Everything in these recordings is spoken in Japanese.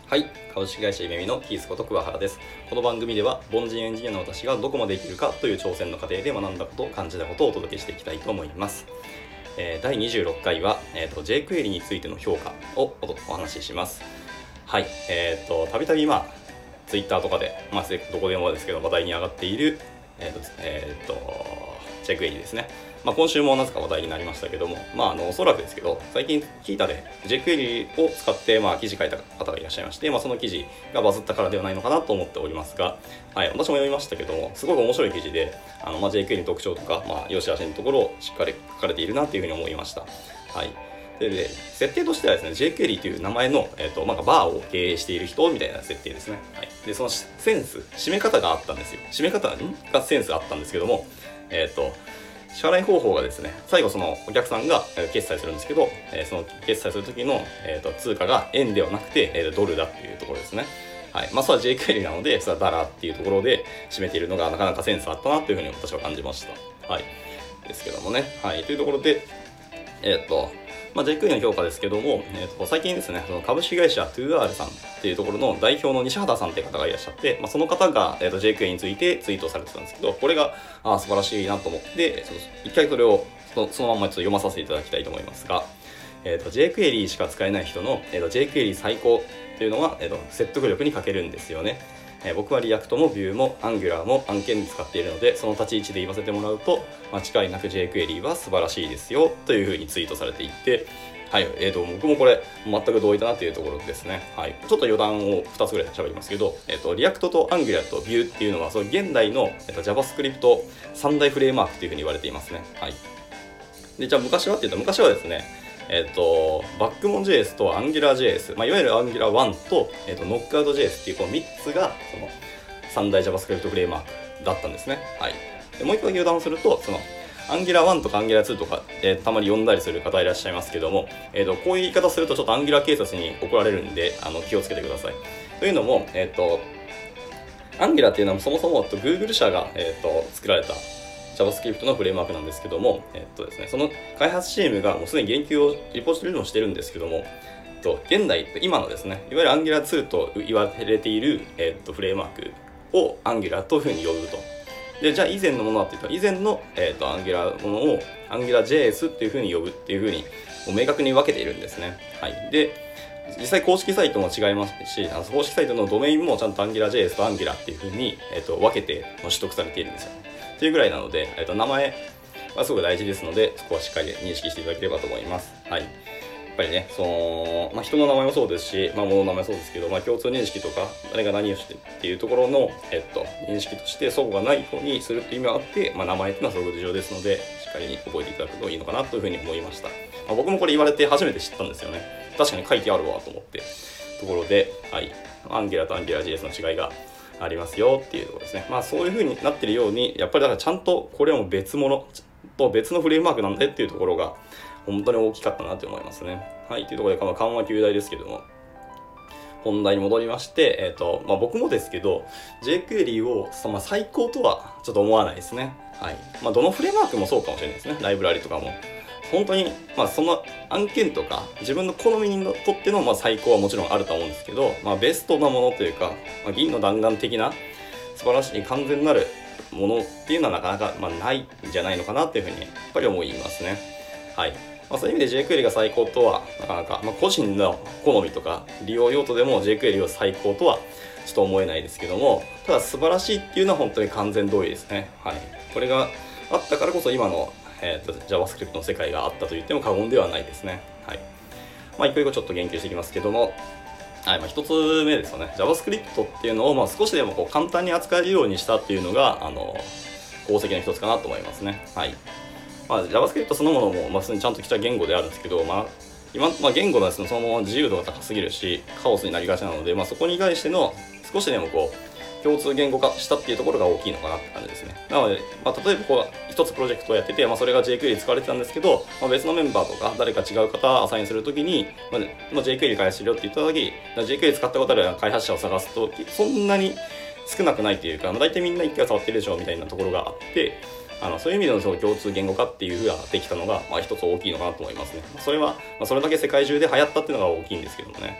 はい、株式会社ゆめみのキースこと桑原です。この番組では凡人エンジニアの私がどこまで生きるかという挑戦の過程で学んだこと、感じたことをお届けしていきたいと思います。第26回は、jQuery についての評価をお話しします。はい、たびたびTwitter とかで、どこでもですけど話題に上がっている、jQuery ですね。今週もなぜか話題になりましたけども、おそらくですけど、最近キータで jQuery を使って、記事書いた方がいらっしゃいまして、その記事がバズったからではないのかなと思っておりますが、はい、私も読みましたけども、すごく面白い記事で、jQuery の特徴とか、良し悪しのところをしっかり書かれているなというふうに思いました。はい。で設定としてはですね、jQuery という名前の、バーを経営している人みたいな設定ですね。はい。で、そのセンス、締め方があったんですよ。締め方がセンスあったんですけども、支払い方法がですね、最後そのお客さんが決済するんですけど、その決済する時の、通貨が円ではなくて、ドルだっていうところですね。はい。それは jQuery なので、それはダラっていうところで締めているのがなかなかセンスあったなというふうに私は感じました。はい。ですけどもね。はい。というところで、jQuery の評価ですけども、最近ですね、その株式会社 2R さんっていうところの代表の西畑さんっていう方がいらっしゃって、その方が、jQuery についてツイートされてたんですけど、これが素晴らしいなと思って、一回それをそのまま読まさせていただきたいと思いますが、jQuery しか使えない人の、jQuery 最高というのは、説得力に欠けるんですよね。僕はリアクトもビューもアンギュラーも案件に使っているので、その立ち位置で言わせてもらうと、間違いなく jQuery は素晴らしいですよというふうにツイートされていて、はい、僕もこれ全く同意だなというところですね。はい、ちょっと余談を2つぐらい喋りますけど、リアクトとアンギュラーとビューっていうのはその現代の、JavaScript 三大フレームワークというふうに言われていますね。はい。で、じゃあ昔はっていうと、昔はですね、バックモン JS と AngularJS、いわゆる Angular1 と、Knockout.js っていうこの3つがその三大 JavaScript フレームワークだったんですね。はい。でもう一個余談をすると、そのAngular1 とか Angular2 とか、たまに呼んだりする方いらっしゃいますけども、こういう言い方するとちょっと Angular 警察に怒られるんで、気をつけてください。というのも、Angular っていうのはそもそもGoogle 社が、作られたJavaScript のフレームワークなんですけども、ですね、その開発チームがもうすでに言及をリポジトリでもしてるんですけども、現代、今のですね、いわゆる Angular2 と言われている、フレームワークを Angular というふうに呼ぶと。で、じゃあ以前のものはっていうと、以前の、Angular ものを AngularJS っていうふうに呼ぶっていうふうに明確に分けているんですね。はい。で、実際公式サイトも違いますし、公式サイトのドメインもちゃんと AngularJS と Angular っていうふうに、分けて取得されているんですよ。というぐらいなので、名前はすごく大事ですので、そこはしっかり認識していただければと思います。はい。やっぱりね、人の名前もそうですし、物の名前もそうですけど、共通認識とか、誰が何をしてっていうところの、認識として齟齬がないようにするっていう意味があって、名前っていうのはそういう事情ですので、しっかりに覚えていただくといいのかなというふうに思いました。僕もこれ言われて初めて知ったんですよね。確かに書いてあるわと思って。ところで、はい。Angular と AngularJS の違いがありますよっていうところですね。そういう風になってるように、やっぱりだからちゃんとこれはもう別物と別のフレームワークなんでっていうところが本当に大きかったなと思いますね。はい、というところで緩和球大ですけども、本題に戻りまして、僕もですけど jQuery を最高とはちょっと思わないですね。はい。どのフレームワークもそうかもしれないですね。ライブラリとかも。本当に、その案件とか自分の好みにとっての最高はもちろんあると思うんですけど、ベストなものというか、銀の弾丸的な素晴らしい完全なるものっていうのはなかなか、ないんじゃないのかなっていうふうにやっぱり思いますね。はい。そういう意味で jQuery が最高とはなかなか、個人の好みとか利用用途でも jQuery を最高とはちょっと思えないですけども、ただ素晴らしいっていうのは本当に完全同意ですね。はい。これがあったからこそ今のJavaScript の世界があったと言っても過言ではないですね。はい。一個一個ちょっと言及していきますけども、はい。一つ目ですよね。JavaScript っていうのを少しでも簡単に扱えるようにしたっていうのが功績の一つかなと思いますね。はい。JavaScript そのものも普通にちゃんとした言語であるんですけど、今言語のそのまま自由度が高すぎるしカオスになりがちなので、そこに対しての少しでも共通言語化したっていうところが大きいのかなって感じですね。なので、例えば一つプロジェクトをやってて、それが jQuery 使われてたんですけど、別のメンバーとか誰か違う方アサインするときに、jQuery 開発しろって言ったとき、jQuery 使ったことある開発者を探すとそんなに少なくないというか、大体みんな一回は触ってるでしょみたいなところがあって、そういう意味でのその共通言語化っていう風ができたのが、一つ大きいのかなと思いますね。それは、それだけ世界中で流行ったっていうのが大きいんですけどもね。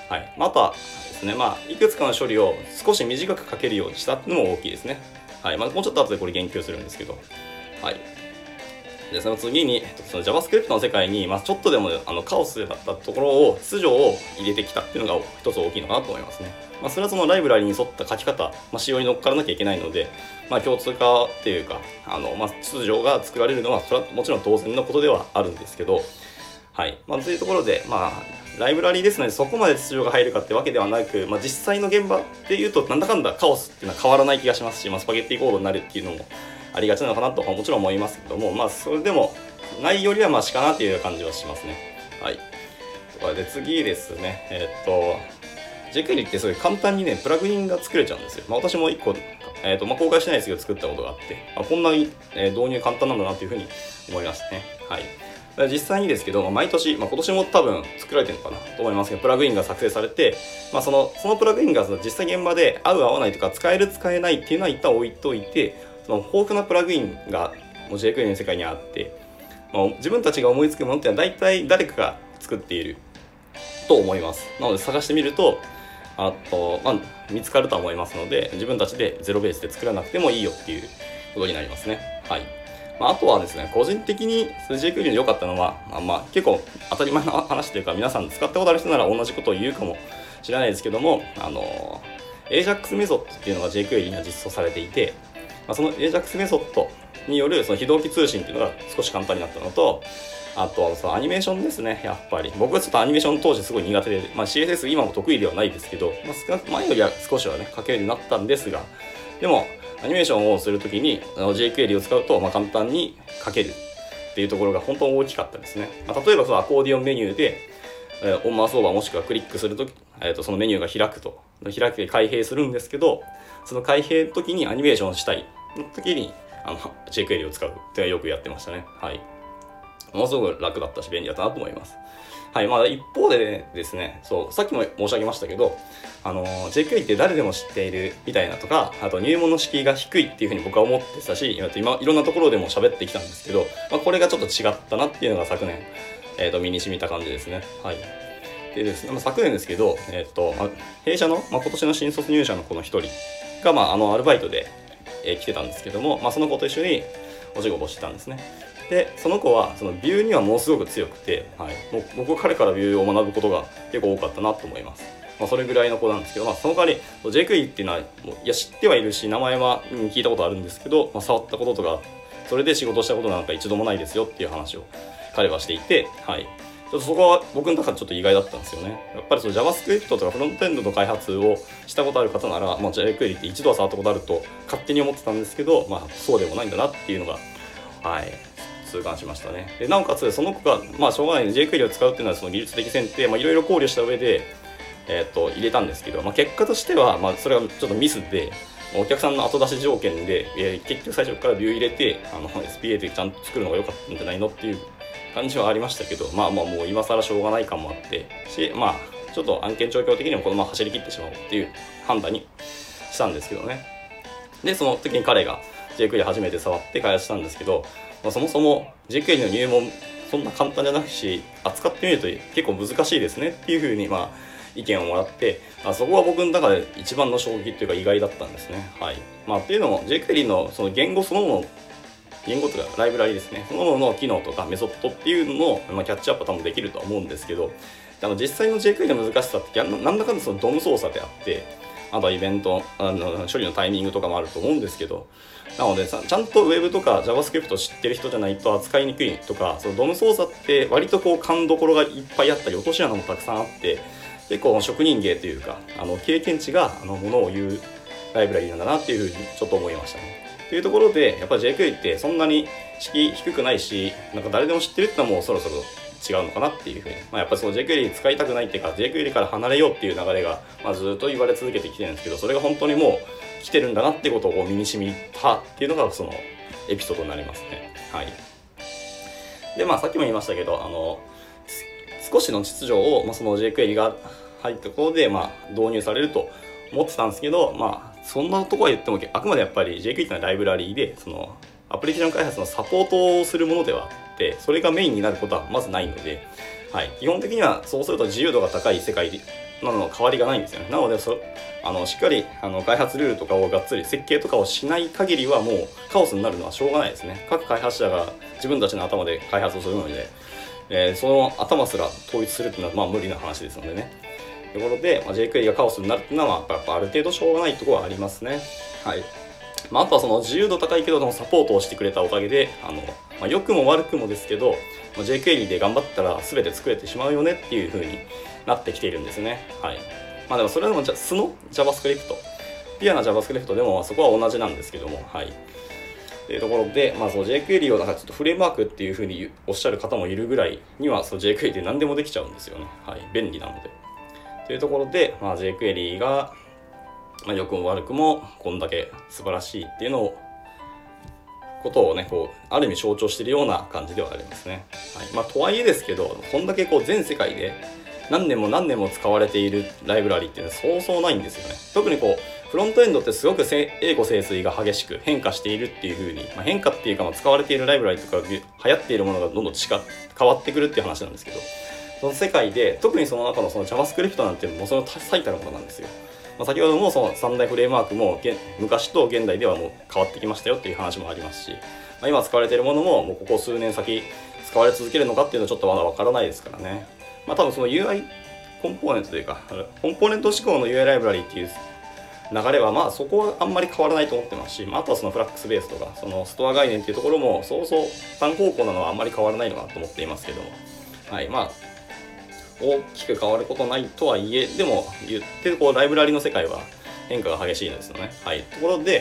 はい。あとはですね、いくつかの処理を少し短く書けるようにしたっていうのも大きいですね。はい。もうちょっと後でこれ言及するんですけど。はい。で、その次に、その JavaScript の世界に、ちょっとでもカオスだったところを、秩序を入れてきたっていうのが一つ大きいのかなと思いますね。それはそのライブラリに沿った書き方、仕様に乗っからなきゃいけないので、共通化っていうか、秩序が作られるのは、それはもちろん当然のことではあるんですけど、はい。というところで、ライブラリですので、そこまで秩序が入るかってわけではなく、実際の現場でいうと、なんだかんだカオスっていうのは変わらない気がしますし、スパゲッティコードになるっていうのもありがちなのかなともちろん思いますけども、それでも、ないよりはマシかなっていう感じはしますね。はい。で、次ですね。jQuery ってすごい簡単にね、プラグインが作れちゃうんですよ。私も1個、公開してないですけど作ったことがあって、こんなに、導入簡単なんだなというふうに思いましたね。はい。実際にですけど、毎年、今年も多分作られてるのかなと思いますけど、プラグインが作成されて、そのプラグインが実際現場で合う合わないとか使える使えないっていうのは一旦置いといて、その豊富なプラグインがもう jQuery の世界にあって、自分たちが思いつくものっていうのは大体誰かが作っていると思います。なので探してみると、見つかると思いますので、自分たちでゼロベースで作らなくてもいいよっていうことになりますね。はい。あとはですね、個人的に jQuery の良かったのは、結構当たり前の話というか、皆さん使ったことある人なら同じことを言うかもしれないですけども、AJAX メソッドっていうのが jQuery には実装されていて、その AJAX メソッドによるその非同期通信っていうのが少し簡単になったのと、あとはそのアニメーションですね。やっぱり僕はちょっとアニメーション当時すごい苦手で、CSS 今も得意ではないですけど、少なく前よりは少しはね書けるようになったんですが、でもアニメーションをするときにjQuery を使うと簡単に書けるっていうところが本当に大きかったですね。例えばそのアコーディオンメニューでオンマウスオーバーもしくはクリックするとき、そのメニューが開けて開閉するんですけど、その開閉の時にアニメーションしたいの時にjQuery を使うっていうのはよくやってましたね。はい。ものすごく楽だったし便利だったなと思います。はい。一方でですね、さっきも申し上げましたけど、jQuery って誰でも知っているみたいなとか、あと入門の敷居が低いっていうふうに僕は思ってたし、今いろんなところでも喋ってきたんですけど、これがちょっと違ったなっていうのが昨年、身に染みた感じですね。はい。でですね、昨年ですけど、弊社の、今年の新卒入社のこの一人が、アルバイトで、来てたんですけども、その子と一緒にお仕事をしてたんですね。で、その子はそのビューにはものすごく強くて、はい、もう僕は彼からビューを学ぶことが結構多かったなと思います。それぐらいの子なんですけど、その代わり jQuery っていうのは知ってはいるし、名前は聞いたことあるんですけど、触ったこととかそれで仕事したことなんか一度もないですよっていう話を彼はしていて、はい、ちょっとそこは僕の中でちょっと意外だったんですよね。やっぱりJavaScript とかフロントエンドの開発をしたことある方なら、jQuery って一度は触ったことあると勝手に思ってたんですけど、そうでもないんだなっていうのが、はい、痛感しましたね。でなおかつその子が、しょうがない jQuery を使うっていうのはその技術的選定、いろいろ考慮した上で、入れたんですけど、結果としては、それはちょっとミスで、お客さんの後出し条件で、結局最初からビュー入れてSPA でちゃんと作るのが良かったんじゃないのっていう感じはありましたけど、もう今更しょうがない感もあってし、ちょっと案件状況的にもこのまま走り切ってしまおうっていう判断にしたんですけどね。でその時に彼が jQuery 初めて触って開発したんですけど、そもそも jQuery の入門そんな簡単じゃなくし、扱ってみると結構難しいですねっていう風に意見をもらって、そこは僕の中で一番の衝撃というか意外だったんですね。はい。っていうのも jQuery のその言語そのもの、言語というかライブラリですね、そのものの機能とかメソッドっていうのの、キャッチアップは多分できるとは思うんですけど、実際の jQuery の難しさってなんだかんだそのDOM 操作であって、あとはイベント処理のタイミングとかもあると思うんですけど、なのでちゃんと Web とか JavaScript を知ってる人じゃないと扱いにくいとか、その DOM 操作って割と勘どころがいっぱいあったり落とし穴もたくさんあって、結構職人芸というか経験値がものを言うライブラリなんだなっていうふうにちょっと思いましたね。というところでやっぱり jQuery ってそんなに敷居低くないし、誰でも知ってるってのはもうそろそろ違うのかなっていうふうに、やっぱりその jQuery 使いたくないっていうか jQuery から離れようっていう流れが、ずっと言われ続けてきてるんですけど、それが本当にもう来てるんだなっていうことを身に染みたっていうのがそのエピソードになりますね。はい。でさっきも言いましたけど少しの秩序を、その jQuery が入ったところで、導入されると思ってたんですけど、そんなところは言ってもあくまでやっぱり jQuery というのはライブラリーで、そのアプリケーション開発のサポートをするものではあって、それがメインになることはまずないので、 はい、基本的にはそうすると自由度が高い世界なの変わりがないんですよね。なのでしっかり開発ルールとかをがっつり設計とかをしない限りはもうカオスになるのはしょうがないですね。各開発者が自分たちの頭で開発をするので、その頭すら統一するっていうのは無理な話ですのでね。ところで、jQuery がカオスになるっていうのはやっぱある程度しょうがないところはありますね。はい。あとはその自由度高いけどサポートをしてくれたおかげで良くも悪くもですけど jQuery で頑張ったら全て作れてしまうよねっていう風になってきているんですね。はい。でもそれでも素の JavaScript、ピュアな JavaScript でもそこは同じなんですけども、はい。というところで、その jQuery をちょっとフレームワークっていう風におっしゃる方もいるぐらいには、その jQuery で何でもできちゃうんですよね。はい。便利なので。というところで、jQuery が良くも悪くもこんだけ素晴らしいっていうことをねある意味象徴しているような感じではありますね。はい。とはいえですけど、こんだけ全世界で何年も何年も使われているライブラリっていうのはそうそうないんですよね。特にフロントエンドってすごく英語清水が激しく変化しているっていう風に、変化っていうか使われているライブラリとか流行っているものがどんどん変わってくるっていう話なんですけど、その世界で特にその中のその JavaScript なんてもうその最たるものなんですよ。先ほどもその三大フレームワークも昔と現代ではもう変わってきましたよっていう話もありますし、今使われているものももうここ数年先使われ続けるのかっていうのはちょっとまだわからないですからね。多分その UI コンポーネントというかコンポーネント指向の UI ライブラリっていう流れはそこはあんまり変わらないと思ってますし、あとはそのフラックスベースとかそのストア概念っていうところもそうそう単方向なのはあんまり変わらないのかなと思っていますけども、はい。大きく変わることないとはいえ、でも言ってライブラリの世界は変化が激しいんですよね。はい。ところで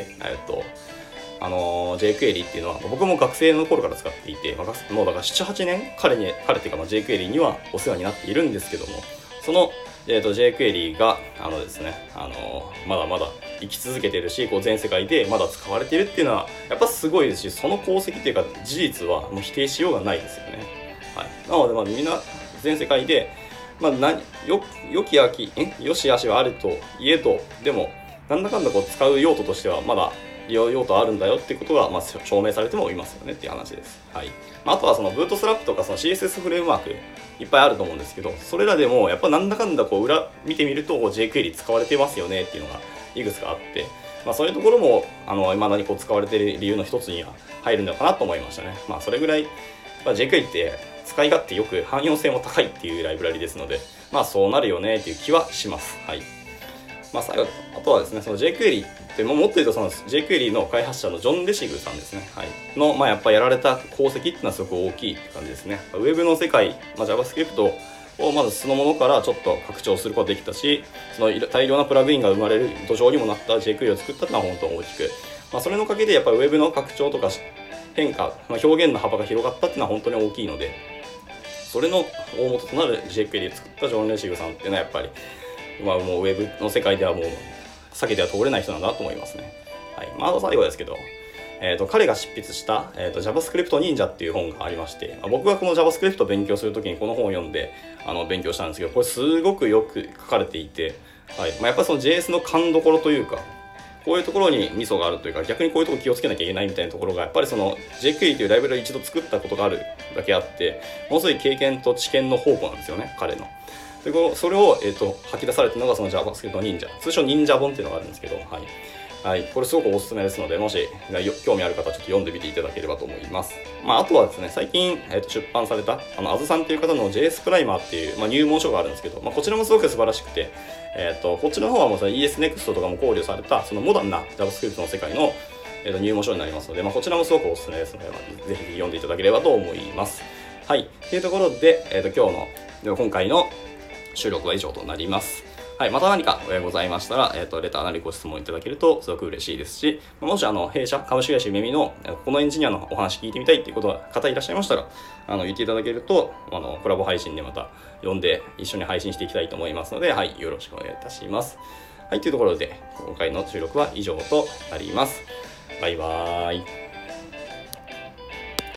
jQuery っていうのは僕も学生の頃から使っていて、もうだから 7,8 年彼っていうかjQuery にはお世話になっているんですけども、そのjQuery がですねまだまだ生き続けているし全世界でまだ使われているっていうのはやっぱすごいですし、その功績っていうか事実はもう否定しようがないですよね。はい。なのでみんな全世界で良き良し悪しはあるといえど、でもなんだかんだ使う用途としてはまだ利用用途あるんだよっていうことが証明されてもいますよねっていう話です。はい。あとはそのブートストラップとかその CSS フレームワークいっぱいあると思うんですけど、それらでもやっぱなんだかんだ裏見てみるとjQuery 使われてますよねっていうのがいくつかあって、そういうところも未だに使われている理由の一つには入るのかなと思いましたね。それぐらい、jQuery って使い勝手よく汎用性も高いっていうライブラリですので、そうなるよねっていう気はします。はい。最後、あとはですね、その jQuery ってもっと言うとその jQuery の開発者のジョン・レシグさんですね。はい。のやっぱやられた功績っていうのはすごく大きいって感じですね。ウェブの世界、JavaScript をまず素のものからちょっと拡張することができたし、その大量なプラグインが生まれる土壌にもなった jQuery を作ったっていうのは本当に大きく、それのおかげでやっぱりウェブの拡張とか変化、表現の幅が広がったっていうのは本当に大きいので、それの大元となる jQuery を作ったジョン・レシグさんっていうのはやっぱりもうウェブの世界ではもう避けては通れない人なんだと思いますね。はい。あと最後ですけど、彼が執筆した、JavaScript 忍者っていう本がありまして、僕がこの JavaScript を勉強するときにこの本を読んで勉強したんですけど、これすごくよく書かれていて、はい。やっぱりその JS の勘どころというか、こういうところにミソがあるというか、逆にこういうところ気をつけなきゃいけないみたいなところがやっぱりその jQuery というライブラリを一度作ったことがあるだけあって、ものすごい経験と知見の宝庫なんですよね、彼の。でそれを、吐き出されているのがその JavaScript 忍者、通称忍者本っていうのがあるんですけど、はい。はい、これすごくおすすめですので、もし興味ある方はちょっと読んでみていただければと思います。あとはですね、最近、出版されたあずさんっていう方の JS プライマーっていう、入門書があるんですけど、こちらもすごく素晴らしくて、こっちの方はもうES Next とかも考慮されたそのモダンな JavaScript の世界の、入門書になりますので、こちらもすごくおすすめですので、ぜひ読んでいただければと思います。はい、というところで、今回の収録は以上となります。はい、また何かございましたら、レターなりご質問いただけるとすごく嬉しいですし、もし弊社株式会社めみのこのエンジニアのお話聞いてみたいっていう方いらっしゃいましたら、言っていただけるとコラボ配信でまた呼んで一緒に配信していきたいと思いますので、はい、よろしくお願いいたします。はい、というところで今回の収録は以上となります。バイバーイ。